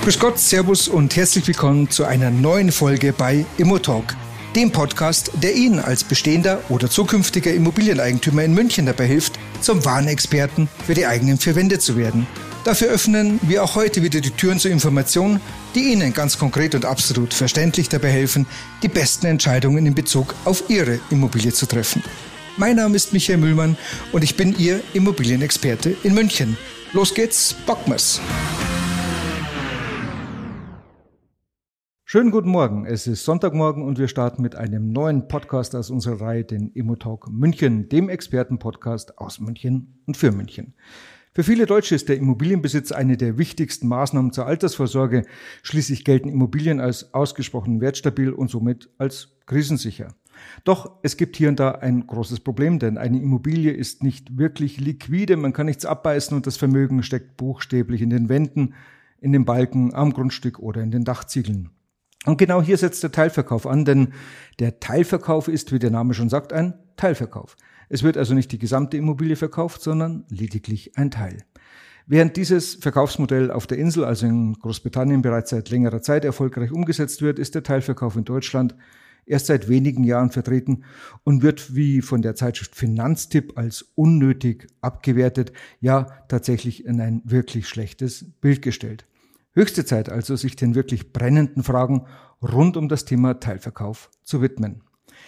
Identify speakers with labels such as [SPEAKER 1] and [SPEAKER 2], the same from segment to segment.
[SPEAKER 1] Grüß Gott, Servus und herzlich willkommen zu einer neuen Folge bei Immotalk, dem Podcast, der Ihnen als bestehender oder zukünftiger Immobilieneigentümer in München dabei hilft, zum wahren Experten für die eigenen vier Wände zu werden. Dafür öffnen wir auch heute wieder die Türen zur Information, die Ihnen ganz konkret und absolut verständlich dabei helfen, die besten Entscheidungen in Bezug auf Ihre Immobilie zu treffen. Mein Name ist Michael Mühlmann und ich bin Ihr Immobilienexperte in München. Los geht's, bocken wir's! Schönen guten Morgen, es ist Sonntagmorgen und wir starten mit einem neuen Podcast aus unserer Reihe, den Immotalk München, dem Expertenpodcast aus München und für München. Für viele Deutsche ist der Immobilienbesitz eine der wichtigsten Maßnahmen zur Altersvorsorge. Schließlich gelten Immobilien als ausgesprochen wertstabil und somit als krisensicher. Doch es gibt hier und da ein großes Problem, denn eine Immobilie ist nicht wirklich liquide, man kann nichts abbeißen und das Vermögen steckt buchstäblich in den Wänden, in den Balken, am Grundstück oder in den Dachziegeln. Und genau hier setzt der Teilverkauf an, denn der Teilverkauf ist, wie der Name schon sagt, ein Teilverkauf. Es wird also nicht die gesamte Immobilie verkauft, sondern lediglich ein Teil. Während dieses Verkaufsmodell auf der Insel, also in Großbritannien, bereits seit längerer Zeit erfolgreich umgesetzt wird, ist der Teilverkauf in Deutschland erst seit wenigen Jahren vertreten und wird wie von der Zeitschrift Finanztipp als unnötig abgewertet, ja tatsächlich in ein wirklich schlechtes Bild gestellt. Höchste Zeit also, sich den wirklich brennenden Fragen rund um das Thema Teilverkauf zu widmen.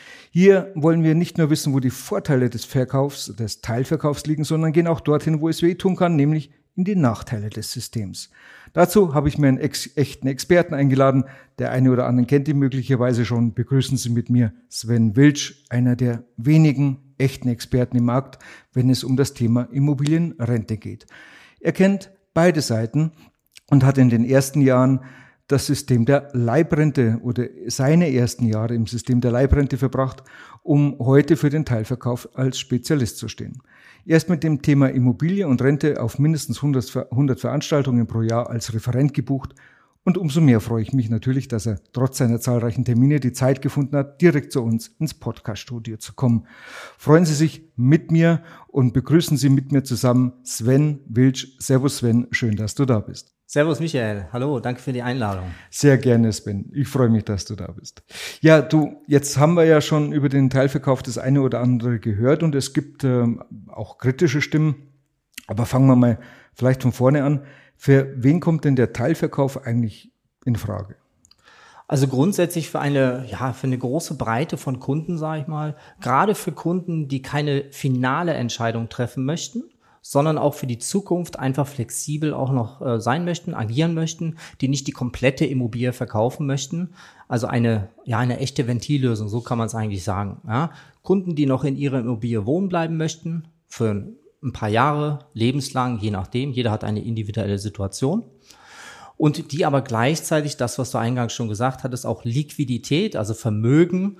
[SPEAKER 1] Hier wollen wir nicht nur wissen, wo die Vorteile des Teilverkaufs liegen, sondern gehen auch dorthin, wo es wehtun kann, nämlich in die Nachteile des Systems. Dazu habe ich mir einen echten Experten eingeladen. Der eine oder andere kennt ihn möglicherweise schon. Begrüßen Sie mit mir Sven Wiltsch, einer der wenigen echten Experten im Markt, wenn es um das Thema Immobilienrente geht. Er kennt beide Seiten und hat in den ersten Jahren das System der Leibrente oder seine ersten Jahre im System der Leibrente verbracht, um heute für den Teilverkauf als Spezialist zu stehen. Er ist mit dem Thema Immobilie und Rente auf mindestens 100 Veranstaltungen pro Jahr als Referent gebucht und umso mehr freue ich mich natürlich, dass er trotz seiner zahlreichen Termine die Zeit gefunden hat, direkt zu uns ins Podcast-Studio zu kommen. Freuen Sie sich mit mir und begrüßen Sie mit mir zusammen Sven Wiltsch. Servus Sven, schön, dass du da bist.
[SPEAKER 2] Servus Michael, hallo, danke für die Einladung.
[SPEAKER 1] Sehr gerne Sven, ich freue mich, dass du da bist. Ja, jetzt haben wir ja schon über den Teilverkauf das eine oder andere gehört und es gibt auch kritische Stimmen, aber fangen wir mal vielleicht von vorne an. Für wen kommt denn der Teilverkauf eigentlich in Frage?
[SPEAKER 2] Also grundsätzlich für eine große Breite von Kunden, sage ich mal, gerade für Kunden, die keine finale Entscheidung treffen möchten, sondern auch für die Zukunft einfach flexibel auch noch sein möchten, agieren möchten, die nicht die komplette Immobilie verkaufen möchten. Also eine echte Ventillösung, so kann man es eigentlich sagen. Ja. Kunden, die noch in ihrer Immobilie wohnen bleiben möchten, für ein paar Jahre, lebenslang, je nachdem, jeder hat eine individuelle Situation. Und die aber gleichzeitig, das, was du eingangs schon gesagt hattest, auch Liquidität, also Vermögen,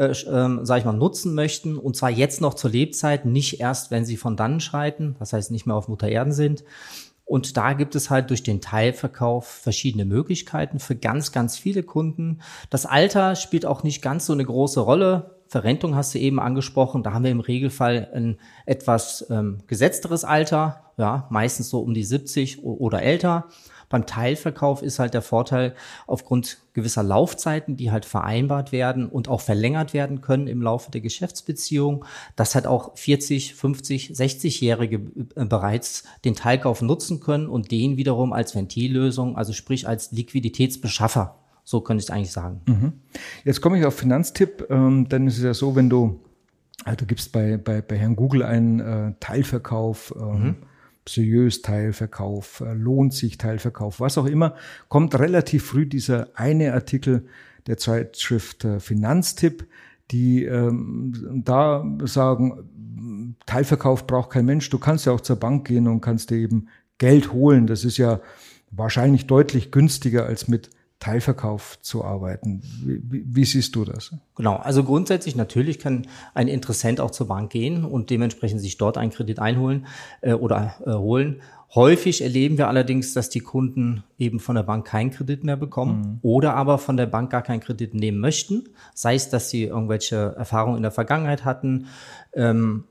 [SPEAKER 2] nutzen möchten, und zwar jetzt noch zur Lebzeit, nicht erst, wenn sie von dannen schreiten, das heißt nicht mehr auf Mutter Erden sind. Und da gibt es halt durch den Teilverkauf verschiedene Möglichkeiten für ganz, ganz viele Kunden. Das Alter spielt auch nicht ganz so eine große Rolle. Verrentung hast du eben angesprochen, da haben wir im Regelfall ein etwas gesetzteres Alter, ja, meistens so um die 70 oder älter. Beim Teilverkauf ist halt der Vorteil aufgrund gewisser Laufzeiten, die halt vereinbart werden und auch verlängert werden können im Laufe der Geschäftsbeziehung, dass halt auch 40, 50, 60-Jährige bereits den Teilkauf nutzen können und den wiederum als Ventillösung, also sprich als Liquiditätsbeschaffer. So könnte ich es eigentlich sagen.
[SPEAKER 1] Jetzt komme ich auf Finanztipp, dann ist es ja so, wenn du gibst bei Herrn Google einen Teilverkauf, seriös Teilverkauf, lohnt sich Teilverkauf, was auch immer, kommt relativ früh dieser eine Artikel der Zeitschrift Finanztipp, die da sagen, Teilverkauf braucht kein Mensch, du kannst ja auch zur Bank gehen und kannst dir eben Geld holen, das ist ja wahrscheinlich deutlich günstiger als mit Teilverkauf zu arbeiten. Wie siehst du das?
[SPEAKER 2] Genau, also grundsätzlich natürlich kann ein Interessent auch zur Bank gehen und dementsprechend sich dort einen Kredit einholen holen. Häufig erleben wir allerdings, dass die Kunden eben von der Bank keinen Kredit mehr bekommen oder aber von der Bank gar keinen Kredit nehmen möchten. Sei es, dass sie irgendwelche Erfahrungen in der Vergangenheit hatten,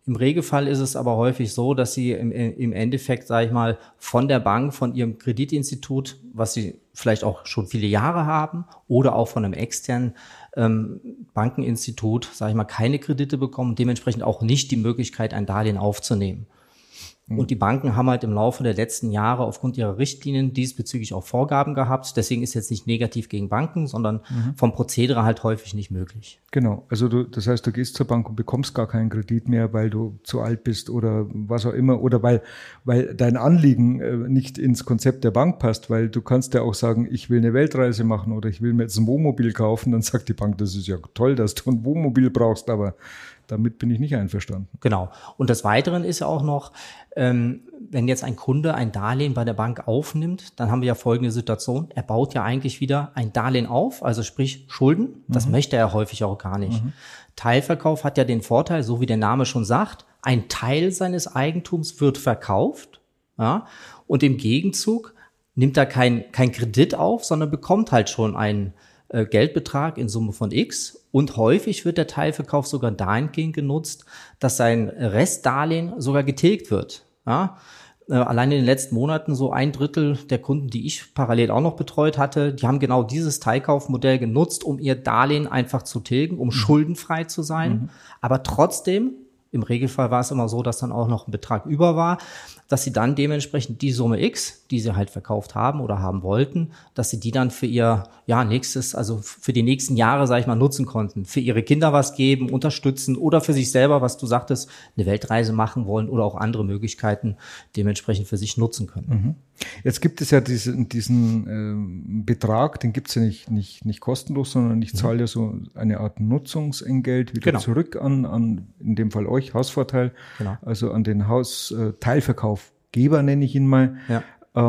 [SPEAKER 2] Im Regelfall ist es aber häufig so, dass sie im Endeffekt, sage ich mal, von der Bank, von ihrem Kreditinstitut, was sie vielleicht auch schon viele Jahre haben, oder auch von einem externen Bankeninstitut, sage ich mal, keine Kredite bekommen, dementsprechend auch nicht die Möglichkeit, ein Darlehen aufzunehmen. Und die Banken haben halt im Laufe der letzten Jahre aufgrund ihrer Richtlinien diesbezüglich auch Vorgaben gehabt. Deswegen ist jetzt nicht negativ gegen Banken, sondern vom Prozedere halt häufig nicht möglich.
[SPEAKER 1] Genau. Also das heißt, du gehst zur Bank und bekommst gar keinen Kredit mehr, weil du zu alt bist oder was auch immer, oder weil dein Anliegen nicht ins Konzept der Bank passt, weil du kannst ja auch sagen, ich will eine Weltreise machen oder ich will mir jetzt ein Wohnmobil kaufen. Dann sagt die Bank, das ist ja toll, dass du ein Wohnmobil brauchst, aber damit bin ich nicht einverstanden.
[SPEAKER 2] Genau. Und des Weiteren ist ja auch noch, wenn jetzt ein Kunde ein Darlehen bei der Bank aufnimmt, dann haben wir ja folgende Situation. Er baut ja eigentlich wieder ein Darlehen auf, also sprich Schulden. Das möchte er häufig auch gar nicht. Teilverkauf hat ja den Vorteil, so wie der Name schon sagt, ein Teil seines Eigentums wird verkauft, ja, und im Gegenzug nimmt er kein Kredit auf, sondern bekommt halt schon einen Geldbetrag in Summe von X. Und häufig wird der Teilverkauf sogar dahingehend genutzt, dass sein Restdarlehen sogar getilgt wird. Ja? Allein in den letzten Monaten so 1/3 der Kunden, die ich parallel auch noch betreut hatte, die haben genau dieses Teilkaufmodell genutzt, um ihr Darlehen einfach zu tilgen, um schuldenfrei zu sein. Aber trotzdem, im Regelfall war es immer so, dass dann auch noch ein Betrag über war, dass sie dann dementsprechend die Summe X, die sie halt verkauft haben oder haben wollten, dass sie die dann für ihr nächstes, also für die nächsten Jahre, sage ich mal, nutzen konnten. Für ihre Kinder was geben, unterstützen oder für sich selber, was du sagtest, eine Weltreise machen wollen oder auch andere Möglichkeiten dementsprechend für sich nutzen können.
[SPEAKER 1] Jetzt gibt es ja diesen Betrag, den gibt es ja nicht kostenlos, sondern ich zahle ja so eine Art Nutzungsentgelt wieder zurück an, in dem Fall euch, Hausvorteil, also an den Teilverkaufgeber nenne ich ihn mal. Ja.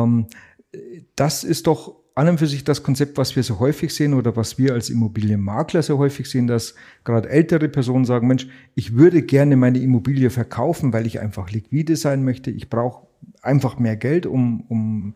[SPEAKER 1] Das ist doch an und für sich das Konzept, was wir so häufig sehen oder was wir als Immobilienmakler so häufig sehen, dass gerade ältere Personen sagen, Mensch, ich würde gerne meine Immobilie verkaufen, weil ich einfach liquide sein möchte. Ich brauche einfach mehr Geld, um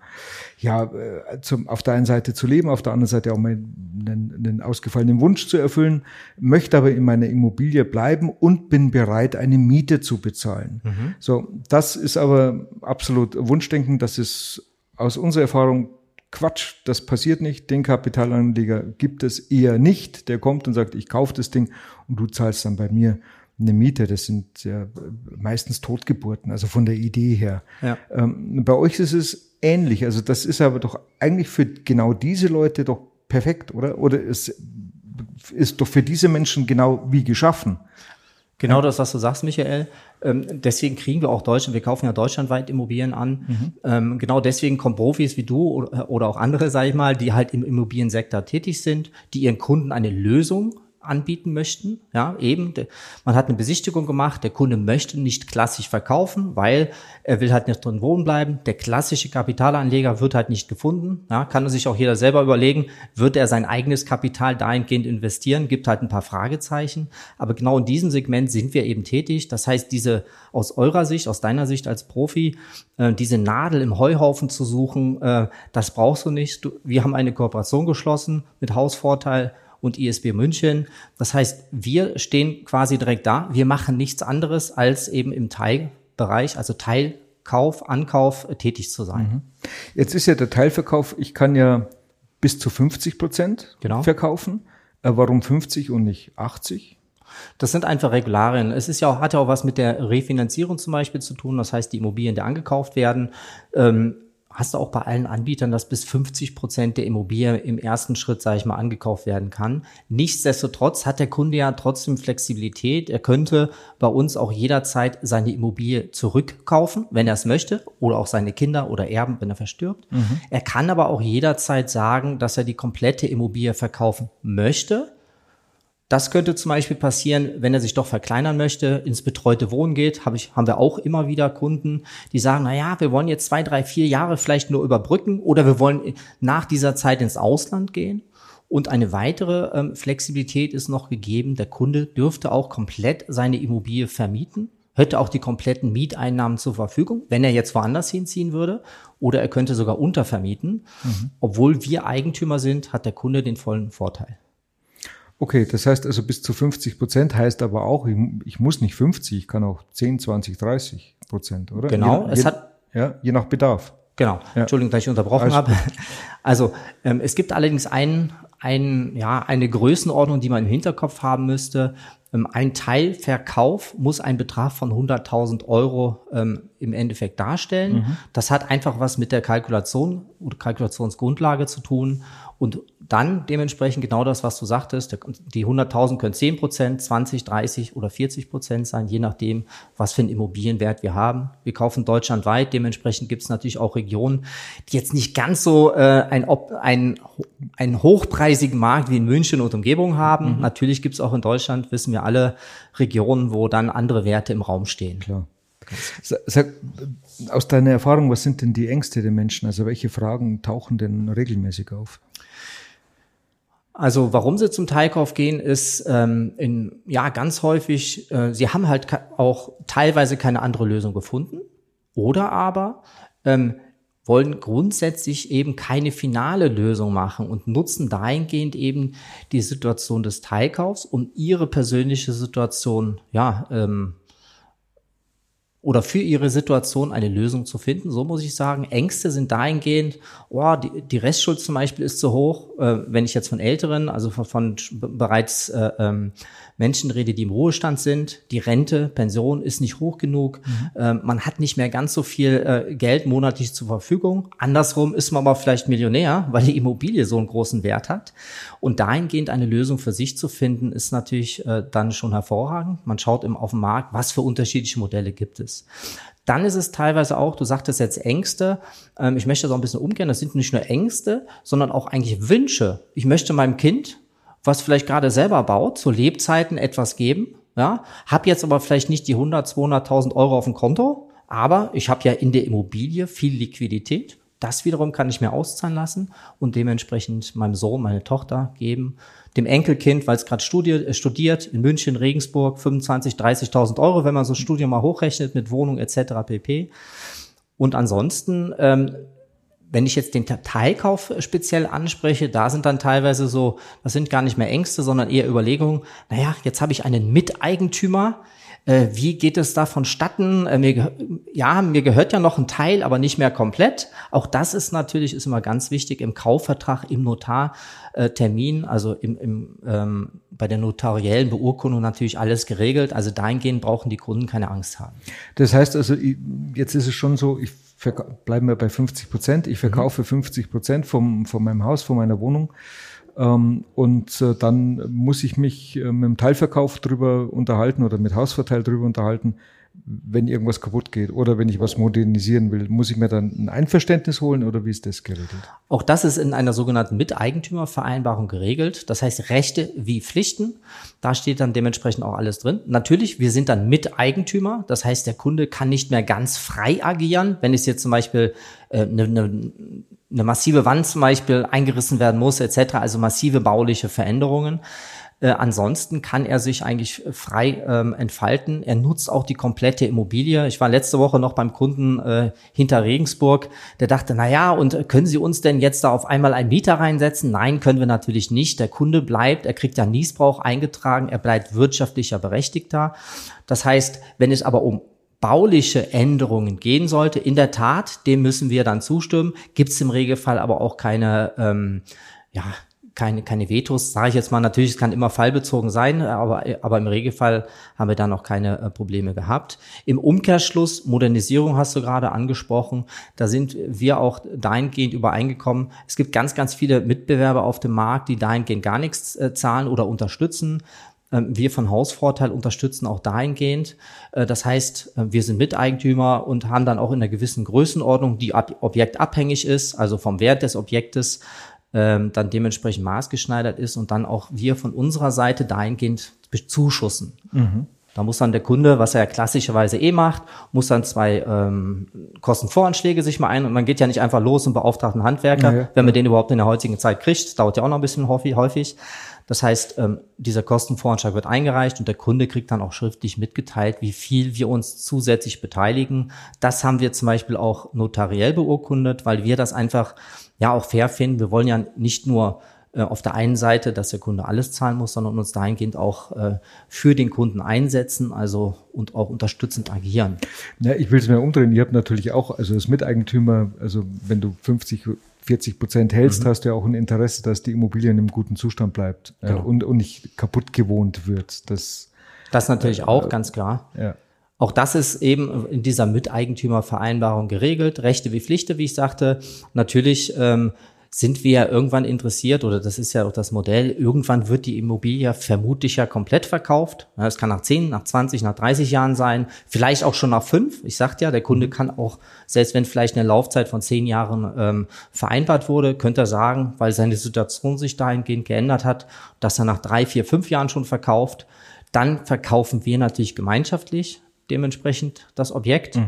[SPEAKER 1] auf der einen Seite zu leben, auf der anderen Seite auch einen ausgefallenen Wunsch zu erfüllen, möchte aber in meiner Immobilie bleiben und bin bereit, eine Miete zu bezahlen. So, das ist aber absolut Wunschdenken. Das ist aus unserer Erfahrung Quatsch, das passiert nicht. Den Kapitalanleger gibt es eher nicht. Der kommt und sagt, ich kaufe das Ding und du zahlst dann bei mir eine Miete. Das sind ja meistens Totgeburten, also von der Idee her. Ja. Bei euch ist es ähnlich. Also das ist aber doch eigentlich für genau diese Leute doch perfekt, oder? Oder es ist doch für diese Menschen genau wie geschaffen.
[SPEAKER 2] Genau das, was du sagst, Michael. Deswegen kriegen wir auch wir kaufen ja deutschlandweit Immobilien an. Genau deswegen kommen Profis wie du oder auch andere, sage ich mal, die halt im Immobiliensektor tätig sind, die ihren Kunden eine Lösung anbieten möchten. Ja, eben, man hat eine Besichtigung gemacht, der Kunde möchte nicht klassisch verkaufen, weil er will halt nicht drin wohnen bleiben. Der klassische Kapitalanleger wird halt nicht gefunden. Ja, kann sich auch jeder selber überlegen, wird er sein eigenes Kapital dahingehend investieren? Gibt halt ein paar Fragezeichen. Aber genau in diesem Segment sind wir eben tätig. Das heißt, aus eurer Sicht, aus deiner Sicht als Profi, diese Nadel im Heuhaufen zu suchen, das brauchst du nicht. Wir haben eine Kooperation geschlossen mit Hausvorteil und ISB München. Das heißt, wir stehen quasi direkt da. Wir machen nichts anderes, als eben im Teilbereich, also Teilkauf, Ankauf tätig zu sein.
[SPEAKER 1] Jetzt ist ja der Teilverkauf, ich kann ja bis zu 50% verkaufen. Warum 50 und nicht 80?
[SPEAKER 2] Das sind einfach Regularien. Es ist hat ja auch was mit der Refinanzierung zum Beispiel zu tun. Das heißt, die Immobilien, die angekauft werden, hast du auch bei allen Anbietern, dass bis 50% der Immobilie im ersten Schritt, sage ich mal, angekauft werden kann. Nichtsdestotrotz hat der Kunde ja trotzdem Flexibilität. Er könnte bei uns auch jederzeit seine Immobilie zurückkaufen, wenn er es möchte, oder auch seine Kinder oder Erben, wenn er verstirbt. Er kann aber auch jederzeit sagen, dass er die komplette Immobilie verkaufen möchte. Das könnte zum Beispiel passieren, wenn er sich doch verkleinern möchte, ins betreute Wohnen geht, haben wir auch immer wieder Kunden, die sagen, wir wollen jetzt 2, 3, 4 Jahre vielleicht nur überbrücken oder wir wollen nach dieser Zeit ins Ausland gehen. Und eine weitere Flexibilität ist noch gegeben, der Kunde dürfte auch komplett seine Immobilie vermieten, hätte auch die kompletten Mieteinnahmen zur Verfügung, wenn er jetzt woanders hinziehen würde, oder er könnte sogar untervermieten. Obwohl wir Eigentümer sind, hat der Kunde den vollen Vorteil.
[SPEAKER 1] Okay, das heißt also bis zu 50% heißt aber auch, ich muss nicht 50, ich kann auch 10, 20, 30%, oder?
[SPEAKER 2] Genau,
[SPEAKER 1] Je nach Bedarf.
[SPEAKER 2] Genau, ja. Entschuldigung, dass ich unterbrochen habe. Also es gibt allerdings eine Größenordnung, die man im Hinterkopf haben müsste. Ein Teilverkauf muss einen Betrag von 100.000 Euro im Endeffekt darstellen. Mhm. Das hat einfach was mit der Kalkulation oder Kalkulationsgrundlage zu tun. Und dann dementsprechend genau das, was du sagtest, die 100.000 können 10%, 20, 30 oder 40% sein, je nachdem, was für einen Immobilienwert wir haben. Wir kaufen deutschlandweit, dementsprechend gibt es natürlich auch Regionen, die jetzt nicht ganz so einen hochpreisigen Markt wie in München und Umgebung haben. Mhm. Natürlich gibt es auch in Deutschland, wissen wir alle, Regionen, wo dann andere Werte im Raum stehen.
[SPEAKER 1] Klar. Sag, aus deiner Erfahrung, was sind denn die Ängste der Menschen? Also welche Fragen tauchen denn regelmäßig auf?
[SPEAKER 2] Also warum sie zum Teilkauf gehen, ist ganz häufig, sie haben halt auch teilweise keine andere Lösung gefunden oder aber wollen grundsätzlich eben keine finale Lösung machen und nutzen dahingehend eben die Situation des Teilkaufs, um ihre persönliche Situation oder für ihre Situation eine Lösung zu finden. So muss ich sagen, Ängste sind dahingehend, die Restschuld zum Beispiel ist zu hoch, wenn ich jetzt von Älteren, also von bereits Menschen rede, die im Ruhestand sind. Die Rente, Pension ist nicht hoch genug. Mhm. Man hat nicht mehr ganz so viel Geld monatlich zur Verfügung. Andersrum ist man aber vielleicht Millionär, weil die Immobilie so einen großen Wert hat. Und dahingehend eine Lösung für sich zu finden, ist natürlich dann schon hervorragend. Man schaut auf dem Markt, was für unterschiedliche Modelle gibt es. Dann ist es teilweise auch, du sagtest jetzt Ängste, ich möchte das auch ein bisschen umkehren, das sind nicht nur Ängste, sondern auch eigentlich Wünsche. Ich möchte meinem Kind, was vielleicht gerade selber baut, zu Lebzeiten etwas geben, ja, habe jetzt aber vielleicht nicht die 100.000, 200.000 Euro auf dem Konto, aber ich habe ja in der Immobilie viel Liquidität. Das wiederum kann ich mir auszahlen lassen und dementsprechend meinem Sohn, meine Tochter geben, dem Enkelkind, weil es gerade studiert in München, Regensburg, 25.000, 30.000 Euro, wenn man so ein Studium mal hochrechnet mit Wohnung etc. pp. Und ansonsten, wenn ich jetzt den Teilkauf speziell anspreche, da sind dann teilweise so, das sind gar nicht mehr Ängste, sondern eher Überlegungen, jetzt habe ich einen Miteigentümer, wie geht es da vonstatten? Mir gehört ja noch ein Teil, aber nicht mehr komplett. Auch das ist immer ganz wichtig im Kaufvertrag, im Notartermin, also bei der notariellen Beurkundung natürlich alles geregelt. Also dahingehend brauchen die Kunden keine Angst haben.
[SPEAKER 1] Das heißt also, jetzt ist es schon so, bleiben wir bei 50%, ich verkaufe 50% von meinem Haus, von meiner Wohnung. Und dann muss ich mich mit dem Teilverkauf drüber unterhalten oder mit Hausverteil drüber unterhalten, wenn irgendwas kaputt geht oder wenn ich was modernisieren will. Muss ich mir dann ein Einverständnis holen oder wie ist das geregelt?
[SPEAKER 2] Auch das ist in einer sogenannten Miteigentümervereinbarung geregelt. Das heißt Rechte wie Pflichten. Da steht dann dementsprechend auch alles drin. Natürlich, wir sind dann Miteigentümer. Das heißt, der Kunde kann nicht mehr ganz frei agieren. Wenn es jetzt zum Beispiel eine massive Wand zum Beispiel eingerissen werden muss etc., also massive bauliche Veränderungen. Ansonsten kann er sich eigentlich frei entfalten. Er nutzt auch die komplette Immobilie. Ich war letzte Woche noch beim Kunden hinter Regensburg. Der dachte, und können Sie uns denn jetzt da auf einmal einen Mieter reinsetzen? Nein, können wir natürlich nicht. Der Kunde bleibt, er kriegt ja Niesbrauch eingetragen, er bleibt wirtschaftlicher Berechtigter. Das heißt, wenn es aber um bauliche Änderungen gehen sollte, in der Tat, dem müssen wir dann zustimmen. Gibt es im Regelfall aber auch keine Vetos, sage ich jetzt mal. Natürlich, es kann immer fallbezogen sein, aber im Regelfall haben wir da noch keine Probleme gehabt. Im Umkehrschluss, Modernisierung hast du gerade angesprochen, da sind wir auch dahingehend übereingekommen. Es gibt ganz, ganz viele Mitbewerber auf dem Markt, die dahingehend gar nichts zahlen oder unterstützen. Wir von Hausvorteil unterstützen auch dahingehend. Das heißt, wir sind Miteigentümer und haben dann auch in einer gewissen Größenordnung, die objektabhängig ist, also vom Wert des Objektes, dann dementsprechend maßgeschneidert ist und dann auch wir von unserer Seite dahingehend bezuschussen. Mhm. Da muss dann der Kunde, was er ja klassischerweise macht, muss dann 2 Kostenvoranschläge sich mal und man geht ja nicht einfach los und beauftragt einen Handwerker, wenn man den überhaupt in der heutigen Zeit kriegt. Das dauert ja auch noch ein bisschen häufig. Das heißt, dieser Kostenvoranschlag wird eingereicht und der Kunde kriegt dann auch schriftlich mitgeteilt, wie viel wir uns zusätzlich beteiligen. Das haben wir zum Beispiel auch notariell beurkundet, weil wir das einfach auch fair finden. Wir wollen ja nicht nur auf der einen Seite, dass der Kunde alles zahlen muss, sondern uns dahingehend auch für den Kunden einsetzen, also und auch unterstützend agieren.
[SPEAKER 1] Ja, ich will es mir umdrehen. Ihr habt natürlich auch, also als Miteigentümer, also wenn du 40% hältst, hast du ja auch ein Interesse, dass die Immobilie in einem guten Zustand bleibt und nicht kaputt gewohnt wird. Das
[SPEAKER 2] natürlich auch, ganz klar.
[SPEAKER 1] Ja.
[SPEAKER 2] Auch das ist eben in dieser Miteigentümervereinbarung geregelt. Rechte wie Pflichten, wie ich sagte. Natürlich sind wir ja irgendwann interessiert, oder das ist ja auch das Modell, irgendwann wird die Immobilie vermutlich ja komplett verkauft. Es kann nach 10, nach 20, nach 30 Jahren sein, vielleicht auch schon nach 5. Ich sagte ja, der Kunde kann auch, selbst wenn vielleicht eine Laufzeit von 10 Jahren vereinbart wurde, könnte er sagen, weil seine Situation sich dahingehend geändert hat, dass er nach 3, 4, 5 Jahren schon verkauft. Dann verkaufen wir natürlich gemeinschaftlich dementsprechend das Objekt.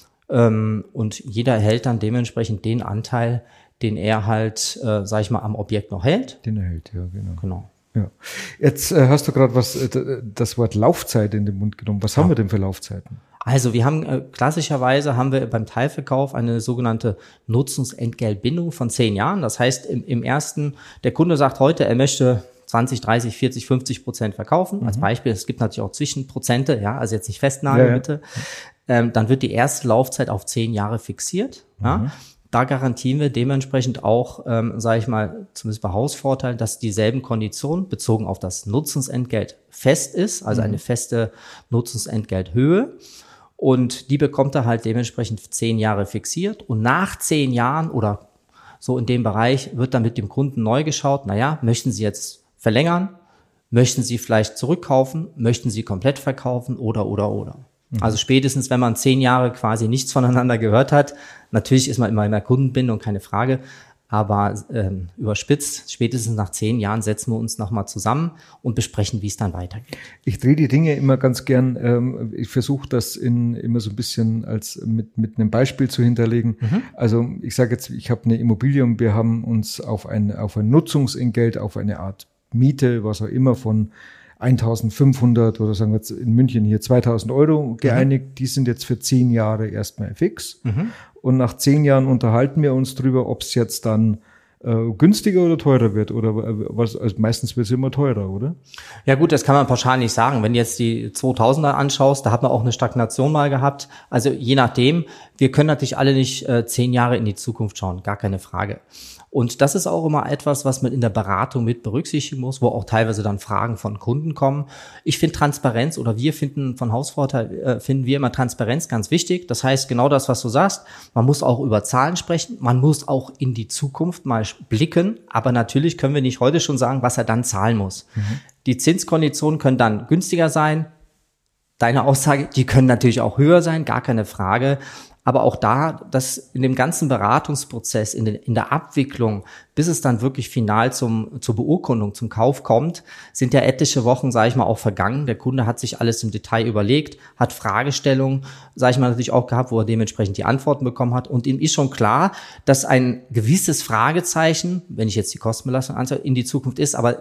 [SPEAKER 2] Und jeder erhält dann dementsprechend den Anteil, den er halt, sag ich mal, am Objekt noch hält.
[SPEAKER 1] Den er hält, ja, genau.
[SPEAKER 2] Ja.
[SPEAKER 1] Ja. Jetzt hast du gerade das Wort Laufzeit in den Mund genommen. Was haben wir denn für Laufzeiten?
[SPEAKER 2] Also wir haben klassischerweise beim Teilverkauf eine sogenannte Nutzungsentgeltbindung von 10 Jahren. Das heißt, im ersten, der Kunde sagt heute, er möchte 20, 30, 40, 50% verkaufen. Als Beispiel, es gibt natürlich auch Zwischenprozente, ja, also jetzt nicht festnageln, bitte. Dann wird die erste Laufzeit auf 10 Jahre fixiert. Ja. Da garantieren wir dementsprechend auch, sage ich mal, zumindest bei Hausvorteilen, dass dieselben Konditionen bezogen auf das Nutzungsentgelt fest ist, also eine feste Nutzungsentgelthöhe. Und die bekommt er halt dementsprechend 10 Jahre fixiert. Und nach 10 Jahren oder so in dem Bereich wird dann mit dem Kunden neu geschaut, möchten Sie jetzt verlängern? Möchten Sie vielleicht zurückkaufen? Möchten Sie komplett verkaufen? Oder. Also spätestens, wenn man 10 Jahre quasi nichts voneinander gehört hat, natürlich ist man immer in der Kundenbindung, keine Frage, aber überspitzt, spätestens nach 10 Jahren setzen wir uns nochmal zusammen und besprechen, wie es dann weitergeht.
[SPEAKER 1] Ich drehe die Dinge immer ganz gern, ich versuche das immer so ein bisschen als mit einem Beispiel zu hinterlegen. Also ich sage jetzt, ich habe eine Immobilie und wir haben uns auf ein Nutzungsentgelt, auf eine Art Miete, was auch immer, von 1.500 oder sagen wir jetzt in München hier 2.000 Euro geeinigt. Die sind jetzt für 10 Jahre erstmal fix. Und nach 10 Jahren unterhalten wir uns drüber, ob es jetzt dann günstiger oder teurer wird. Oder was? Also meistens wird es immer teurer, oder?
[SPEAKER 2] Ja gut, das kann man pauschal nicht sagen. Wenn du jetzt die 2000er anschaust, da hat man auch eine Stagnation mal gehabt. Also je nachdem, wir können natürlich alle nicht 10 Jahre in die Zukunft schauen, gar keine Frage. Und das ist auch immer etwas, was man in der Beratung mit berücksichtigen muss, wo auch teilweise dann Fragen von Kunden kommen. Ich finde Transparenz, oder wir finden von Hausvorteil, finden wir immer Transparenz ganz wichtig. Das heißt, genau das, was du sagst, man muss auch über Zahlen sprechen, man muss auch in die Zukunft mal blicken, aber natürlich können wir nicht heute schon sagen, was er dann zahlen muss. Die Zinskonditionen können dann günstiger sein. Deine Aussage, die können natürlich auch höher sein, gar keine Frage. Aber auch da, dass in dem ganzen Beratungsprozess, in der Abwicklung, bis es dann wirklich final zur Beurkundung, zum Kauf kommt, sind ja etliche Wochen, sage ich mal, auch vergangen. Der Kunde hat sich alles im Detail überlegt, hat Fragestellungen, sage ich mal, natürlich auch gehabt, wo er dementsprechend die Antworten bekommen hat. Und ihm ist schon klar, dass ein gewisses Fragezeichen, wenn ich jetzt die Kostenbelastung anzeige, in die Zukunft ist. Aber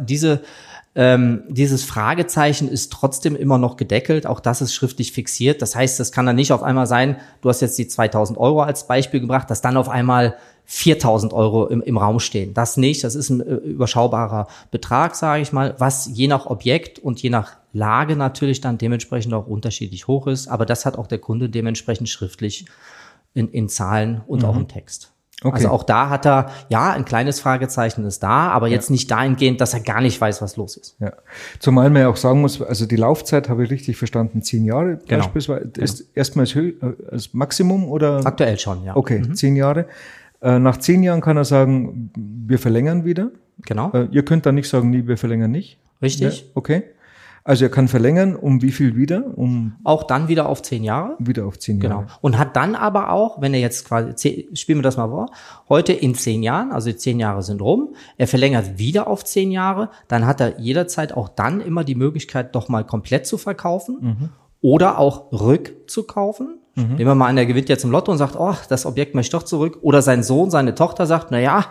[SPEAKER 2] dieses Fragezeichen ist trotzdem immer noch gedeckelt. Auch das ist schriftlich fixiert. Das heißt, das kann dann nicht auf einmal sein, du hast jetzt die 2.000 Euro als Beispiel gebracht, dass dann auf einmal 4.000 Euro im Raum stehen. Das nicht. Das ist ein überschaubarer Betrag, sage ich mal, was je nach Objekt und je nach Lage natürlich dann dementsprechend auch unterschiedlich hoch ist. Aber das hat auch der Kunde dementsprechend schriftlich in Zahlen und auch im Text. Okay. Also auch da hat er, ja, ein kleines Fragezeichen ist da, aber jetzt nicht dahingehend, dass er gar nicht weiß, was los ist.
[SPEAKER 1] Ja. Zumal man ja auch sagen muss, also die Laufzeit, habe ich richtig verstanden, 10 Jahre beispielsweise, ist erstmal als Maximum oder?
[SPEAKER 2] Aktuell schon, ja.
[SPEAKER 1] Okay, 10 Jahre. Nach 10 Jahren kann er sagen, wir verlängern wieder.
[SPEAKER 2] Genau.
[SPEAKER 1] Ihr könnt dann nicht sagen, nee, wir verlängern nicht.
[SPEAKER 2] Richtig.
[SPEAKER 1] Ja, okay. Also er kann verlängern, um wie viel wieder?
[SPEAKER 2] Auch dann wieder auf 10 Jahre.
[SPEAKER 1] Wieder auf 10 Jahre.
[SPEAKER 2] Genau. Und hat dann aber auch, wenn er jetzt quasi, spielen wir das mal vor, heute in 10 Jahren, also die 10 Jahre sind rum, er verlängert wieder auf 10 Jahre, dann hat er jederzeit auch dann immer die Möglichkeit, doch mal komplett zu verkaufen oder auch rückzukaufen. Nehmen wir mal an, er gewinnt jetzt im Lotto und sagt, oh, das Objekt möchte ich doch zurück. Oder sein Sohn, seine Tochter sagt,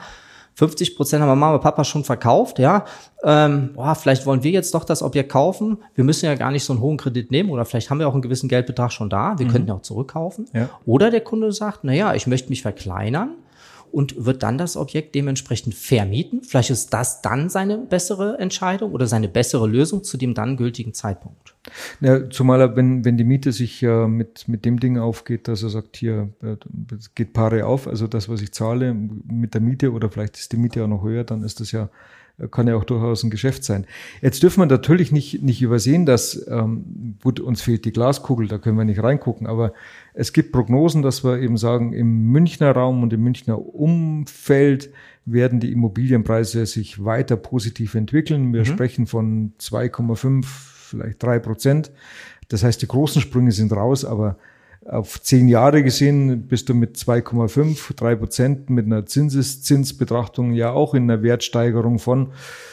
[SPEAKER 2] 50% haben Mama und Papa schon verkauft, ja. Vielleicht wollen wir jetzt doch das Objekt kaufen. Wir müssen ja gar nicht so einen hohen Kredit nehmen oder vielleicht haben wir auch einen gewissen Geldbetrag schon da. Wir könnten ja auch zurückkaufen. Ja. Oder der Kunde sagt, ich möchte mich verkleinern und wird dann das Objekt dementsprechend vermieten. Vielleicht ist das dann seine bessere Entscheidung oder seine bessere Lösung zu dem dann gültigen Zeitpunkt.
[SPEAKER 1] Ja, zumal wenn die Miete sich mit dem Ding aufgeht, dass er sagt, hier geht pari auf, also das, was ich zahle mit der Miete oder vielleicht ist die Miete auch noch höher, dann ist das ja, kann ja auch durchaus ein Geschäft sein. Jetzt dürfen wir natürlich nicht übersehen, dass, gut, uns fehlt die Glaskugel, da können wir nicht reingucken, aber es gibt Prognosen, dass wir eben sagen, im Münchner Raum und im Münchner Umfeld werden die Immobilienpreise sich weiter positiv entwickeln. Wir sprechen von 2,5, vielleicht 3%. Das heißt, die großen Sprünge sind raus, aber auf 10 Jahre gesehen bist du mit 2,5, 3% mit einer Zinseszinsbetrachtung ja auch in einer Wertsteigerung von,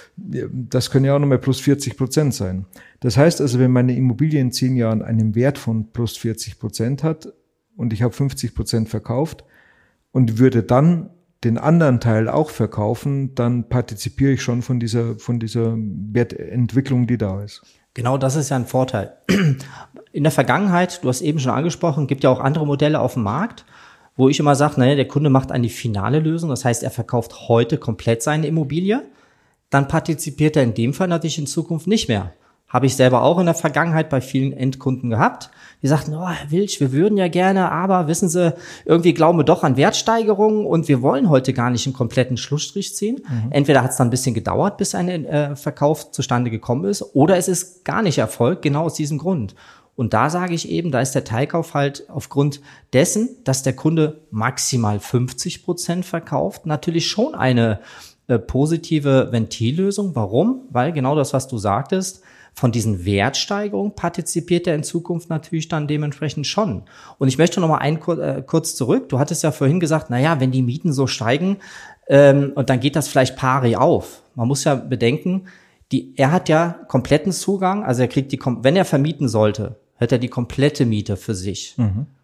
[SPEAKER 1] das können ja auch nochmal plus 40% sein. Das heißt also, wenn meine Immobilie in 10 Jahren einen Wert von plus 40% hat und ich habe 50% verkauft und würde dann den anderen Teil auch verkaufen, dann partizipiere ich schon von dieser Wertentwicklung, die da ist.
[SPEAKER 2] Genau, das ist ja ein Vorteil. In der Vergangenheit, du hast eben schon angesprochen, gibt ja auch andere Modelle auf dem Markt, wo ich immer sage, naja, der Kunde macht eine finale Lösung, das heißt, er verkauft heute komplett seine Immobilie, dann partizipiert er in dem Fall natürlich in Zukunft nicht mehr. Habe ich selber auch in der Vergangenheit bei vielen Endkunden gehabt. Die sagten, oh, Herr Wilch, wir würden ja gerne, aber wissen Sie, irgendwie glauben wir doch an Wertsteigerungen und wir wollen heute gar nicht einen kompletten Schlussstrich ziehen. Entweder hat es dann ein bisschen gedauert, bis ein Verkauf zustande gekommen ist, oder es ist gar nicht erfolgt, genau aus diesem Grund. Und da sage ich eben, da ist der Teilkauf halt aufgrund dessen, dass der Kunde maximal 50% verkauft, natürlich schon eine positive Ventillösung. Warum? Weil genau das, was du sagtest, von diesen Wertsteigerungen partizipiert er in Zukunft natürlich dann dementsprechend schon. Und ich möchte noch mal kurz zurück. Du hattest ja vorhin gesagt, naja, wenn die Mieten so steigen, und dann geht das vielleicht pari auf. Man muss ja bedenken, er hat ja kompletten Zugang, also er kriegt wenn er vermieten sollte, hat er die komplette Miete für sich.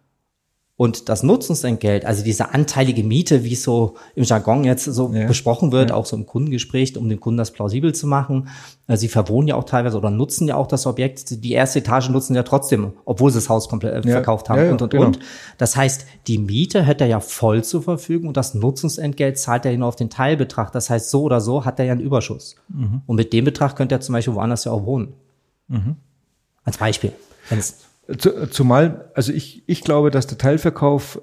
[SPEAKER 2] Und das Nutzungsentgelt, also diese anteilige Miete, wie es so im Jargon jetzt so besprochen wird, auch so im Kundengespräch, um dem Kunden das plausibel zu machen. Sie verwohnen ja auch teilweise oder nutzen ja auch das Objekt. Die erste Etage nutzen ja trotzdem, obwohl sie das Haus komplett verkauft haben und. Das heißt, die Miete hat er ja voll zur Verfügung und das Nutzungsentgelt zahlt er nur auf den Teilbetrag. Das heißt, so oder so hat er ja einen Überschuss. Und mit dem Betrag könnte er zum Beispiel woanders ja auch wohnen. Als Beispiel.
[SPEAKER 1] Zumal, also ich glaube, dass der Teilverkauf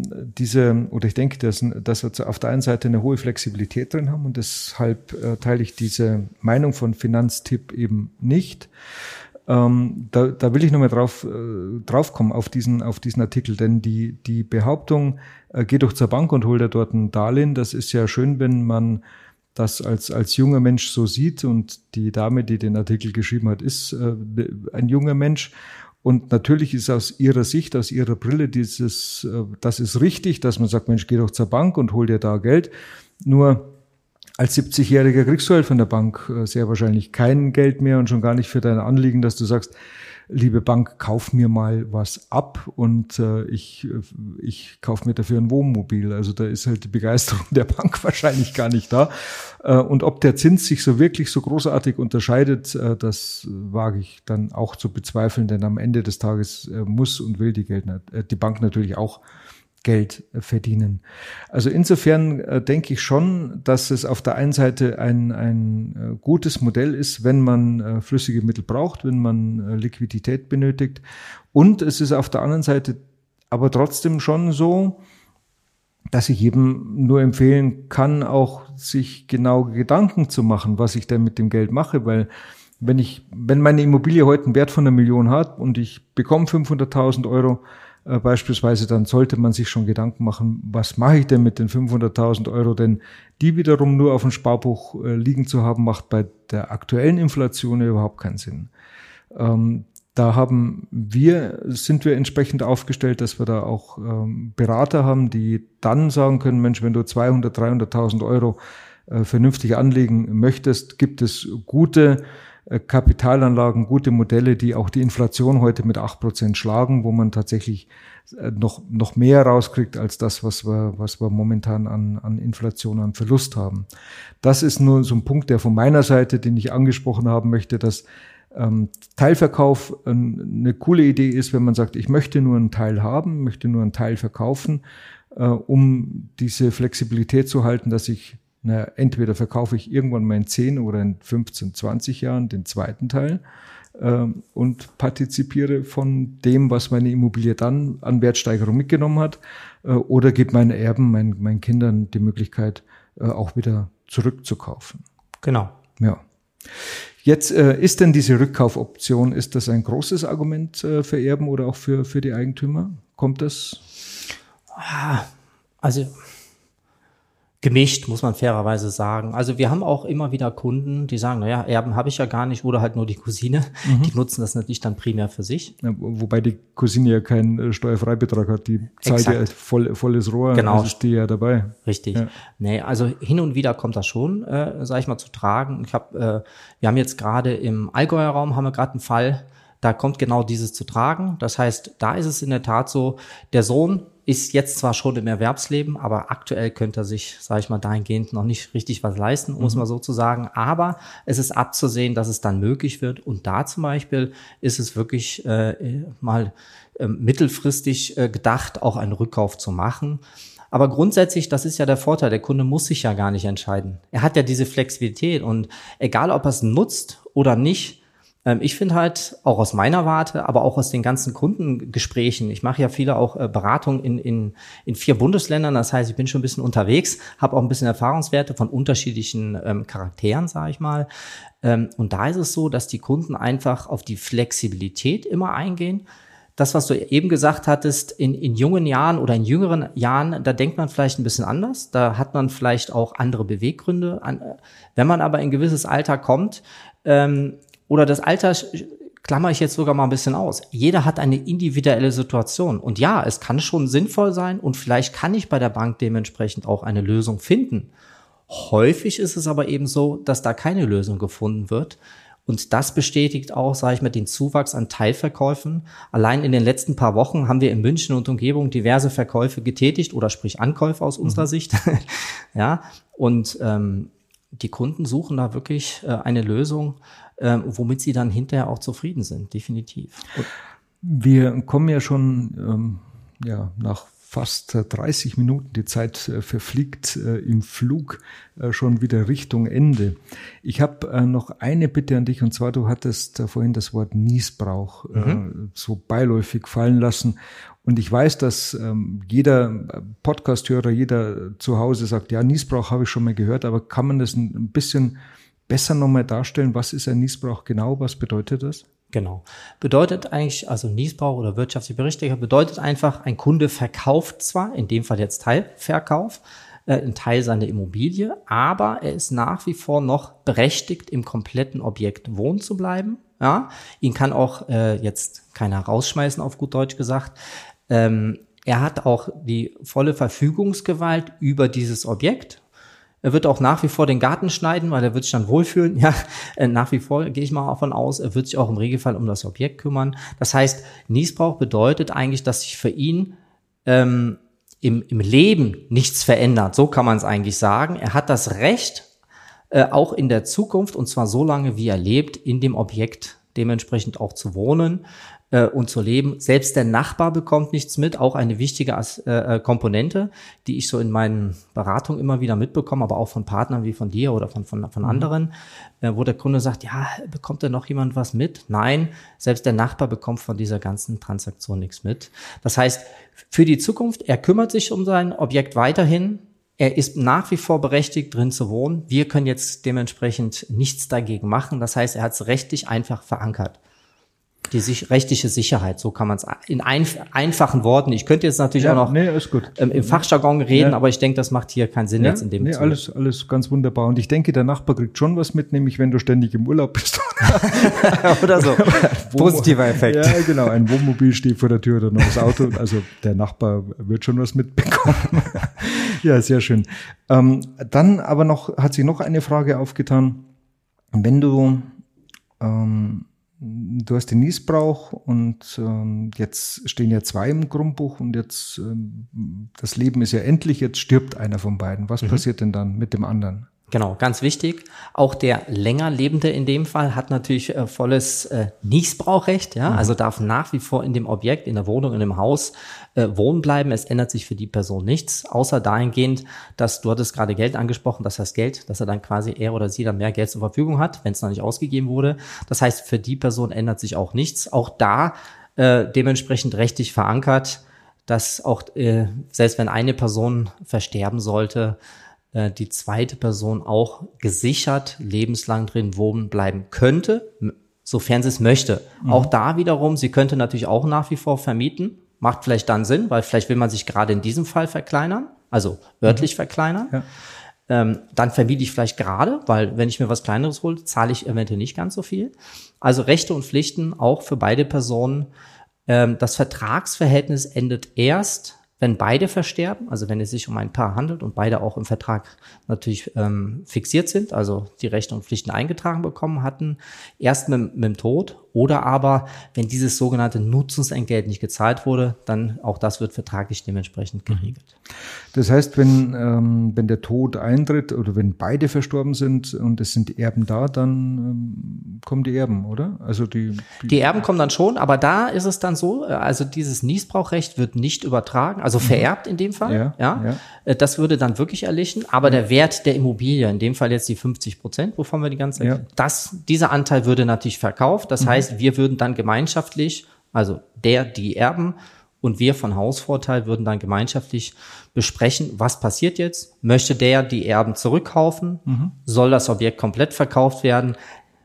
[SPEAKER 1] ich denke, dass wir auf der einen Seite eine hohe Flexibilität drin haben und deshalb teile ich diese Meinung von Finanztipp eben nicht. Da will ich nochmal drauf kommen auf diesen Artikel, denn die Behauptung, geh doch zur Bank und hol dir dort ein Darlehen, das ist ja schön, wenn man das als junger Mensch so sieht und die Dame, die den Artikel geschrieben hat, ist ein junger Mensch. Und natürlich ist aus ihrer Sicht, aus ihrer Brille das ist richtig, dass man sagt, Mensch, geh doch zur Bank und hol dir da Geld. Nur als 70-Jähriger kriegst du halt von der Bank sehr wahrscheinlich kein Geld mehr und schon gar nicht für dein Anliegen, dass du sagst, liebe Bank, kauf mir mal was ab und ich kauf mir dafür ein Wohnmobil. Also da ist halt die Begeisterung der Bank wahrscheinlich gar nicht da. Und ob der Zins sich so wirklich so großartig unterscheidet, das wage ich dann auch zu bezweifeln, denn am Ende des Tages muss und will die Bank natürlich auch Geld verdienen. Also insofern denke ich schon, dass es auf der einen Seite ein gutes Modell ist, wenn man flüssige Mittel braucht, wenn man Liquidität benötigt. Und es ist auf der anderen Seite aber trotzdem schon so, dass ich jedem nur empfehlen kann, auch sich genau Gedanken zu machen, was ich denn mit dem Geld mache, weil wenn meine Immobilie heute einen Wert von 1 Million hat und ich bekomme 500.000 Euro beispielsweise, dann sollte man sich schon Gedanken machen, was mache ich denn mit den 500.000 Euro, denn die wiederum nur auf dem Sparbuch liegen zu haben, macht bei der aktuellen Inflation überhaupt keinen Sinn. Da sind wir entsprechend aufgestellt, dass wir da auch Berater haben, die dann sagen können, Mensch, wenn du 200.000, 300.000 Euro vernünftig anlegen möchtest, gibt es gute Kapitalanlagen, gute Modelle, die auch die Inflation heute mit 8% schlagen, wo man tatsächlich noch mehr rauskriegt als das, was wir momentan an Inflation, an Verlust haben. Das ist nur so ein Punkt, der von meiner Seite, den ich angesprochen haben möchte, dass Teilverkauf eine coole Idee ist, wenn man sagt, ich möchte nur einen Teil haben, möchte nur einen Teil verkaufen um diese Flexibilität zu halten, dass ich, entweder verkaufe ich irgendwann mal in 10 oder in 15, 20 Jahren den zweiten Teil und partizipiere von dem, was meine Immobilie dann an Wertsteigerung mitgenommen hat, oder gebe meinen Erben, meinen Kindern die Möglichkeit, auch wieder zurückzukaufen.
[SPEAKER 2] Genau.
[SPEAKER 1] Ja. Jetzt ist denn diese Rückkaufoption, ist das ein großes Argument für Erben oder auch für die Eigentümer? Kommt das?
[SPEAKER 2] Also gemischt, muss man fairerweise sagen. Also wir haben auch immer wieder Kunden, die sagen, naja, Erben habe ich ja gar nicht oder halt nur die Cousine. Die nutzen das natürlich dann primär für sich.
[SPEAKER 1] Ja, wobei die Cousine ja keinen Steuerfreibetrag hat, die zahlt ja volles Rohr,
[SPEAKER 2] genau.
[SPEAKER 1] Also ist die ja dabei.
[SPEAKER 2] Richtig. Ja. Nee, also hin und wieder kommt das schon, sage ich mal, zu tragen. Wir haben jetzt gerade im Allgäuer Raum haben wir gerade einen Fall, da kommt genau dieses zu tragen. Das heißt, da ist es in der Tat so, der Sohn ist jetzt zwar schon im Erwerbsleben, aber aktuell könnte er sich, sage ich mal, dahingehend noch nicht richtig was leisten, muss man so zu sagen. Aber es ist abzusehen, dass es dann möglich wird. Und da zum Beispiel ist es wirklich mittelfristig gedacht, auch einen Rückkauf zu machen. Aber grundsätzlich, das ist ja der Vorteil, der Kunde muss sich ja gar nicht entscheiden. Er hat ja diese Flexibilität und egal, ob er es nutzt oder nicht, ich finde halt, auch aus meiner Warte, aber auch aus den ganzen Kundengesprächen, ich mache ja viele auch Beratungen in 4 Bundesländern, das heißt, ich bin schon ein bisschen unterwegs, habe auch ein bisschen Erfahrungswerte von unterschiedlichen Charakteren, sage ich mal. Und da ist es so, dass die Kunden einfach auf die Flexibilität immer eingehen. Das, was du eben gesagt hattest, in jungen Jahren oder in jüngeren Jahren, da denkt man vielleicht ein bisschen anders, da hat man vielleicht auch andere Beweggründe. Wenn man aber in ein gewisses Alter kommt, oder das Alter klammer ich jetzt sogar mal ein bisschen aus. Jeder hat eine individuelle Situation. Und ja, es kann schon sinnvoll sein und vielleicht kann ich bei der Bank dementsprechend auch eine Lösung finden. Häufig ist es aber eben so, dass da keine Lösung gefunden wird. Und das bestätigt auch, sage ich mal, den Zuwachs an Teilverkäufen. Allein in den letzten paar Wochen haben wir in München und Umgebung diverse Verkäufe getätigt oder sprich Ankäufe aus unserer Sicht. Ja, und die Kunden suchen da wirklich eine Lösung, womit sie dann hinterher auch zufrieden sind, definitiv.
[SPEAKER 1] Wir kommen ja schon nach fast 30 Minuten, die Zeit verfliegt im Flug schon wieder Richtung Ende. Ich habe noch eine Bitte an dich, und zwar, du hattest vorhin das Wort Nießbrauch so beiläufig fallen lassen. Und ich weiß, dass jeder Podcast-Hörer, jeder zu Hause sagt, ja, Nießbrauch habe ich schon mal gehört, aber kann man das ein bisschen besser nochmal darstellen? Was ist ein Nießbrauch genau? Was bedeutet das?
[SPEAKER 2] Genau. Bedeutet eigentlich, also Nießbrauch oder wirtschaftliche Berichtiger bedeutet einfach, ein Kunde verkauft zwar, in dem Fall jetzt Teilverkauf, einen Teil seiner Immobilie, aber er ist nach wie vor noch berechtigt, im kompletten Objekt wohnen zu bleiben. Ja, ihn kann auch jetzt keiner rausschmeißen, auf gut Deutsch gesagt. Er hat auch die volle Verfügungsgewalt über dieses Objekt. Er wird auch nach wie vor den Garten schneiden, weil er wird sich dann wohlfühlen. Ja, nach wie vor gehe ich mal davon aus, er wird sich auch im Regelfall um das Objekt kümmern. Das heißt, Nießbrauch bedeutet eigentlich, dass sich für ihn im Leben nichts verändert. So kann man es eigentlich sagen. Er hat das Recht, auch in der Zukunft, und zwar so lange, wie er lebt, in dem Objekt dementsprechend auch zu wohnen und zu leben. Selbst der Nachbar bekommt nichts mit, auch eine wichtige Komponente, die ich so in meinen Beratungen immer wieder mitbekomme, aber auch von Partnern wie von dir oder von anderen, wo der Kunde sagt, ja, bekommt da noch jemand was mit? Nein, selbst der Nachbar bekommt von dieser ganzen Transaktion nichts mit. Das heißt, für die Zukunft, er kümmert sich um sein Objekt weiterhin. Er ist nach wie vor berechtigt, drin zu wohnen. Wir können jetzt dementsprechend nichts dagegen machen. Das heißt, er hat es rechtlich einfach verankert. Die rechtliche Sicherheit, so kann man es in einfachen Worten. Ich könnte jetzt natürlich auch noch im Fachjargon reden, aber ich denke, das macht hier keinen Sinn jetzt in dem Zug.
[SPEAKER 1] Alles ganz wunderbar. Und ich denke, der Nachbar kriegt schon was mit, nämlich wenn du ständig im Urlaub bist.
[SPEAKER 2] Oder so. Positiver Effekt.
[SPEAKER 1] Ja, genau. Ein Wohnmobil steht vor der Tür oder noch das Auto. Also der Nachbar wird schon was mitbekommen. Ja, sehr schön. Dann aber hat sich noch eine Frage aufgetan. Wenn du hast den Nießbrauch und jetzt stehen ja 2 im Grundbuch und jetzt das Leben ist ja endlich, jetzt stirbt einer von beiden. Was passiert denn dann mit dem anderen?
[SPEAKER 2] Genau, ganz wichtig. Auch der länger Lebende in dem Fall hat natürlich volles Niesbrauchrecht. Ja? Also darf nach wie vor in dem Objekt, in der Wohnung, in dem Haus wohnen bleiben. Es ändert sich für die Person nichts, außer dahingehend, dass du hattest gerade Geld angesprochen, dass das Geld, dass er dann quasi er oder sie dann mehr Geld zur Verfügung hat, wenn es noch nicht ausgegeben wurde. Das heißt, für die Person ändert sich auch nichts. Auch da dementsprechend rechtlich verankert, dass auch selbst wenn eine Person versterben sollte, die zweite Person auch gesichert lebenslang drin wohnen bleiben könnte, sofern sie es möchte. Auch da wiederum, sie könnte natürlich auch nach wie vor vermieten. Macht vielleicht dann Sinn, weil vielleicht will man sich gerade in diesem Fall verkleinern, also örtlich verkleinern. Ja. Dann vermiete ich vielleicht gerade, weil wenn ich mir was Kleineres hole, zahle ich eventuell nicht ganz so viel. Also Rechte und Pflichten auch für beide Personen. Das Vertragsverhältnis endet erst, wenn beide versterben, also wenn es sich um ein Paar handelt und beide auch im Vertrag natürlich fixiert sind, also die Rechte und Pflichten eingetragen bekommen hatten, erst mit dem Tod. Oder aber, wenn dieses sogenannte Nutzungsentgelt nicht gezahlt wurde, dann auch das wird vertraglich dementsprechend geregelt.
[SPEAKER 1] Das heißt, wenn der Tod eintritt oder wenn beide verstorben sind und es sind Erben da, dann kommen die Erben, oder? Also die
[SPEAKER 2] Erben kommen dann schon, aber da ist es dann so, also dieses Niesbrauchrecht wird nicht übertragen, also vererbt in dem Fall. Ja. Das würde dann wirklich erlichen, aber der Wert der Immobilie, in dem Fall jetzt die 50%, wovon wir die ganze Zeit, dieser Anteil würde natürlich verkauft. Das heißt, wir würden dann gemeinschaftlich, also die Erben und wir von Hausvorteil würden dann gemeinschaftlich besprechen, was passiert jetzt? Möchte die Erben zurückkaufen? Soll das Objekt komplett verkauft werden?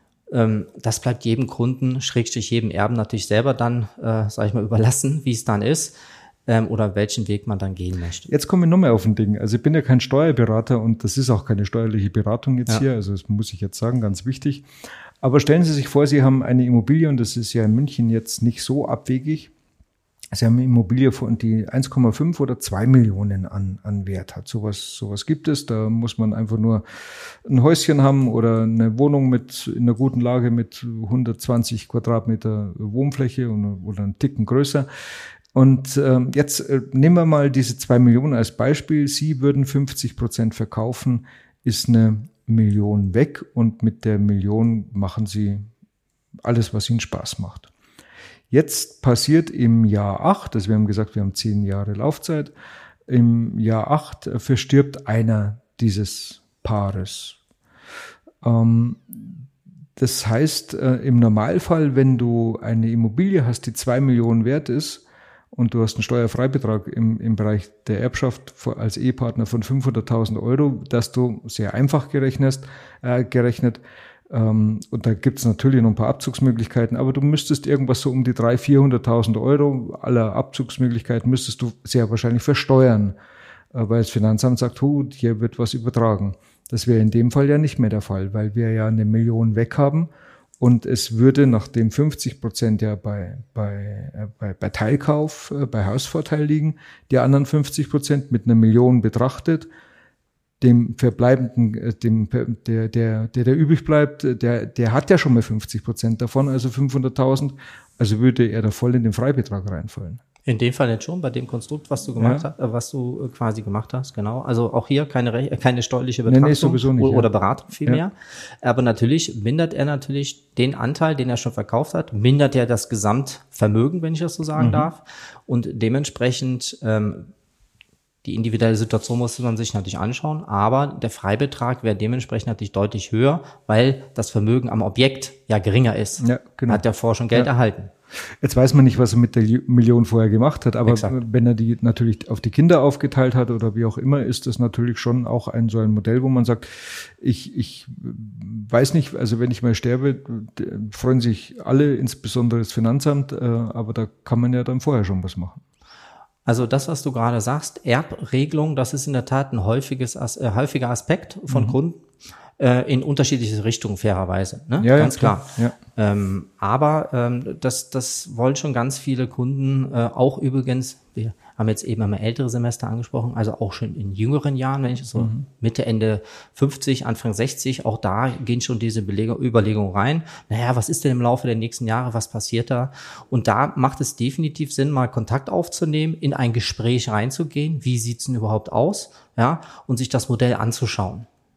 [SPEAKER 2] Das bleibt jedem Kunden, / jedem Erben natürlich selber dann, überlassen, wie es dann ist. Oder welchen Weg man dann gehen möchte.
[SPEAKER 1] Jetzt kommen wir nochmal auf ein Ding. Also ich bin ja kein Steuerberater und das ist auch keine steuerliche Beratung jetzt hier. Also das muss ich jetzt sagen, ganz wichtig. Aber stellen Sie sich vor, Sie haben eine Immobilie und das ist ja in München jetzt nicht so abwegig. Sie haben eine Immobilie, die 1,5 oder 2 Millionen an Wert hat. Sowas gibt es. Da muss man einfach nur ein Häuschen haben oder eine Wohnung in einer guten Lage mit 120 Quadratmeter Wohnfläche oder einen Ticken größer. Und jetzt nehmen wir mal diese 2 Millionen als Beispiel. Sie würden 50% verkaufen, ist eine Million weg und mit der Million machen Sie alles, was Ihnen Spaß macht. Jetzt passiert im Jahr 8, also wir haben gesagt, wir haben 10 Jahre Laufzeit, im Jahr 8 verstirbt einer dieses Paares. Das heißt, im Normalfall, wenn du eine Immobilie hast, die 2 Millionen wert ist, und du hast einen Steuerfreibetrag im Bereich der Erbschaft als Ehepartner von 500.000 Euro, dass du sehr einfach gerechnet, und da gibt's natürlich noch ein paar Abzugsmöglichkeiten, aber du müsstest irgendwas so um die 300.000, 400.000 Euro aller Abzugsmöglichkeiten müsstest du sehr wahrscheinlich versteuern, weil das Finanzamt sagt, hier wird was übertragen. Das wäre in dem Fall ja nicht mehr der Fall, weil wir ja 1 Million weg haben. Und es würde, nachdem 50% ja bei Teilkauf, bei Hausvorteil liegen, die anderen 50% mit 1 Million betrachtet, dem Verbleibenden, der übrig bleibt, der hat ja schon mal 50% davon, also 500.000, also würde er da voll in den Freibetrag reinfallen.
[SPEAKER 2] In dem Fall jetzt schon, bei dem Konstrukt, was du gemacht hast, was du quasi gemacht hast, genau. Also auch hier keine steuerliche Betrachtung
[SPEAKER 1] sowieso nicht,
[SPEAKER 2] oder Beratung vielmehr. Aber natürlich mindert er natürlich den Anteil, den er schon verkauft hat, mindert er das Gesamtvermögen, wenn ich das so sagen darf. Und dementsprechend die individuelle Situation muss man sich natürlich anschauen, aber der Freibetrag wäre dementsprechend natürlich deutlich höher, weil das Vermögen am Objekt ja geringer ist. Ja, genau. Hat ja vorher schon Geld erhalten.
[SPEAKER 1] Jetzt weiß man nicht, was er mit der Million vorher gemacht hat, aber wenn er die natürlich auf die Kinder aufgeteilt hat oder wie auch immer, ist das natürlich schon auch so ein Modell, wo man sagt, ich weiß nicht, also wenn ich mal sterbe, freuen sich alle, insbesondere das Finanzamt, aber da kann man ja dann vorher schon was machen.
[SPEAKER 2] Also das, was du gerade sagst, Erbregelung, das ist in der Tat ein häufiger Aspekt von Kunden in unterschiedliche Richtungen, fairerweise. Ne?
[SPEAKER 1] Ja,
[SPEAKER 2] ganz klar.
[SPEAKER 1] Ja.
[SPEAKER 2] Aber das wollen schon ganz viele Kunden, auch übrigens, wir haben jetzt eben einmal ältere Semester angesprochen, also auch schon in jüngeren Jahren, wenn ich so Mitte, Ende 50, Anfang 60, auch da gehen schon diese Überlegungen rein. Naja, was ist denn im Laufe der nächsten Jahre, was passiert da? Und da macht es definitiv Sinn, mal Kontakt aufzunehmen, in ein Gespräch reinzugehen. Wie sieht's denn überhaupt aus? Ja, und sich das Modell anzuschauen.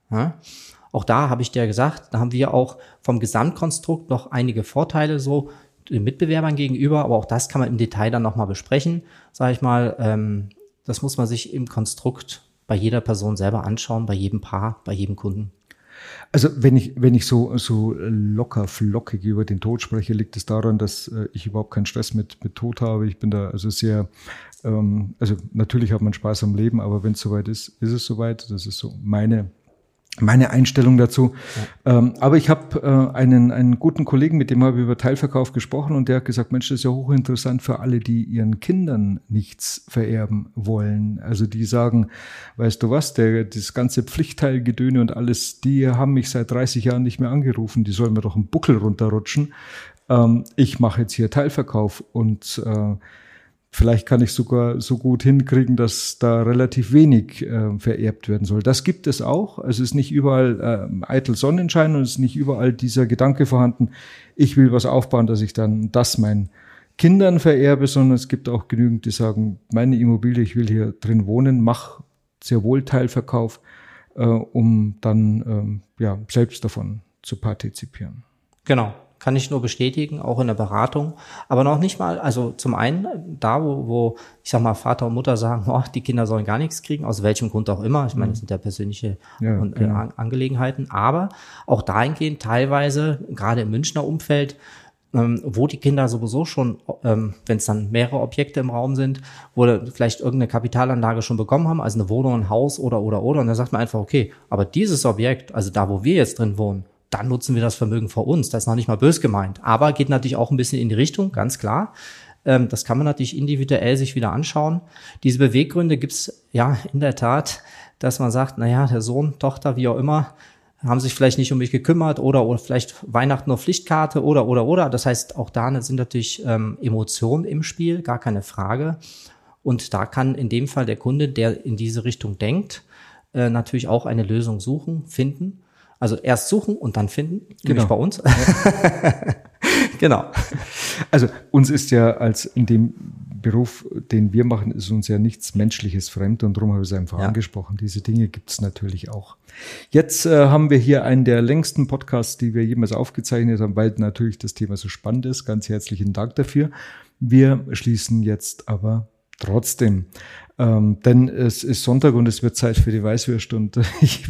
[SPEAKER 2] Ja? Auch da habe ich dir gesagt, da haben wir auch vom Gesamtkonstrukt noch einige Vorteile so den Mitbewerbern gegenüber, aber auch das kann man im Detail dann nochmal besprechen, sage ich mal. Das muss man sich im Konstrukt bei jeder Person selber anschauen, bei jedem Paar, bei jedem Kunden.
[SPEAKER 1] Also wenn ich so locker flockig über den Tod spreche, liegt es daran, dass ich überhaupt keinen Stress mit Tod habe. Ich bin da also sehr, also natürlich hat man Spaß am Leben, aber wenn es soweit ist, ist es soweit. Das ist so meine Einstellung dazu. Ja. Aber ich habe einen guten Kollegen, mit dem habe ich über Teilverkauf gesprochen und der hat gesagt, Mensch, das ist ja hochinteressant für alle, die ihren Kindern nichts vererben wollen. Also die sagen, weißt du was, das ganze Pflichtteilgedöne und alles, die haben mich seit 30 Jahren nicht mehr angerufen, die sollen mir doch einen Buckel runterrutschen. Ich mache jetzt hier Teilverkauf und vielleicht kann ich sogar so gut hinkriegen, dass da relativ wenig vererbt werden soll. Das gibt es auch. Also es ist nicht überall eitel Sonnenschein und es ist nicht überall dieser Gedanke vorhanden, ich will was aufbauen, dass ich dann das meinen Kindern vererbe, sondern es gibt auch genügend, die sagen, meine Immobilie, ich will hier drin wohnen, mach sehr wohl Teilverkauf, um dann selbst davon zu partizipieren.
[SPEAKER 2] Genau. Kann ich nur bestätigen, auch in der Beratung. Aber noch nicht mal, also zum einen da, wo ich sag mal, Vater und Mutter sagen, die Kinder sollen gar nichts kriegen, aus welchem Grund auch immer. Ich meine, das sind ja persönliche Angelegenheiten. Aber auch dahingehend teilweise, gerade im Münchner Umfeld, wo die Kinder sowieso schon, wenn es dann mehrere Objekte im Raum sind, wo vielleicht irgendeine Kapitalanlage schon bekommen haben, also eine Wohnung, ein Haus oder. Und dann sagt man einfach, okay, aber dieses Objekt, also da, wo wir jetzt drin wohnen, dann nutzen wir das Vermögen für uns. Das ist noch nicht mal böse gemeint. Aber geht natürlich auch ein bisschen in die Richtung, ganz klar. Das kann man natürlich individuell sich wieder anschauen. Diese Beweggründe gibt's ja in der Tat, dass man sagt, naja, der Sohn, Tochter, wie auch immer, haben sich vielleicht nicht um mich gekümmert oder vielleicht Weihnachten nur Pflichtkarte oder. Das heißt, auch da sind natürlich Emotionen im Spiel, gar keine Frage. Und da kann in dem Fall der Kunde, der in diese Richtung denkt, natürlich auch eine Lösung suchen, finden. Also erst suchen und dann finden, nämlich bei uns. Ja. Genau.
[SPEAKER 1] Also uns ist ja als in dem Beruf, den wir machen, ist uns ja nichts Menschliches fremd und darum habe ich es einfach angesprochen. Diese Dinge gibt es natürlich auch. Jetzt haben wir hier einen der längsten Podcasts, die wir jemals aufgezeichnet haben, weil natürlich das Thema so spannend ist. Ganz herzlichen Dank dafür. Wir schließen jetzt aber trotzdem. Denn es ist Sonntag und es wird Zeit für die Weißwürste und ich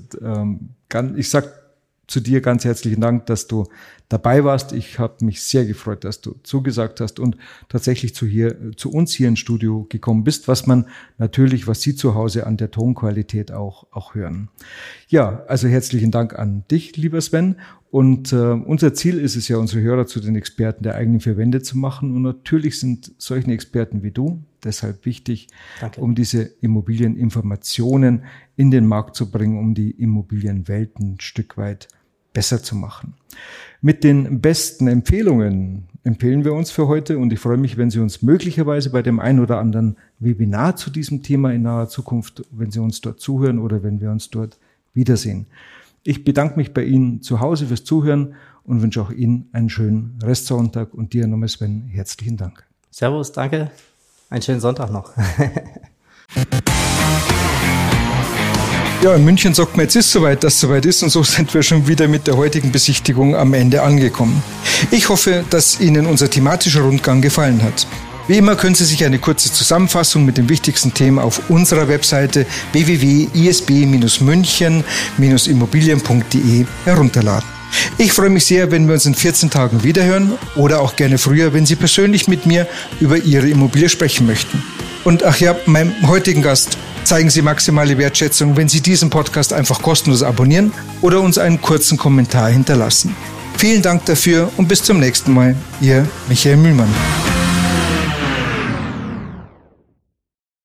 [SPEAKER 1] sag zu dir ganz herzlichen Dank, dass du dabei warst. Ich habe mich sehr gefreut, dass du zugesagt hast und tatsächlich zu uns hier ins Studio gekommen bist, was Sie zu Hause an der Tonqualität auch hören. Ja, also herzlichen Dank an dich, lieber Sven. Und unser Ziel ist es ja, unsere Hörer zu den Experten der eigenen vier Wände zu machen. Und natürlich sind solche Experten wie du deshalb wichtig, um diese Immobilieninformationen in den Markt zu bringen, um die Immobilienwelt ein Stück weit besser zu machen. Mit den besten Empfehlungen empfehlen wir uns für heute und ich freue mich, wenn Sie uns möglicherweise bei dem ein oder anderen Webinar zu diesem Thema in naher Zukunft, wenn Sie uns dort zuhören oder wenn wir uns dort wiedersehen. Ich bedanke mich bei Ihnen zu Hause fürs Zuhören und wünsche auch Ihnen einen schönen Restsonntag und dir nochmal, Sven, herzlichen Dank.
[SPEAKER 2] Servus, danke. Einen schönen Sonntag noch.
[SPEAKER 1] Ja, in München sagt man, jetzt ist soweit, dass soweit ist und so sind wir schon wieder mit der heutigen Besichtigung am Ende angekommen. Ich hoffe, dass Ihnen unser thematischer Rundgang gefallen hat. Wie immer können Sie sich eine kurze Zusammenfassung mit den wichtigsten Themen auf unserer Webseite www.isb-münchen-immobilien.de herunterladen. Ich freue mich sehr, wenn wir uns in 14 Tagen wiederhören oder auch gerne früher, wenn Sie persönlich mit mir über Ihre Immobilie sprechen möchten. Und ach ja, meinem heutigen Gast zeigen Sie maximale Wertschätzung, wenn Sie diesen Podcast einfach kostenlos abonnieren oder uns einen kurzen Kommentar hinterlassen. Vielen Dank dafür und bis zum nächsten Mal. Ihr Michael Mühlmann.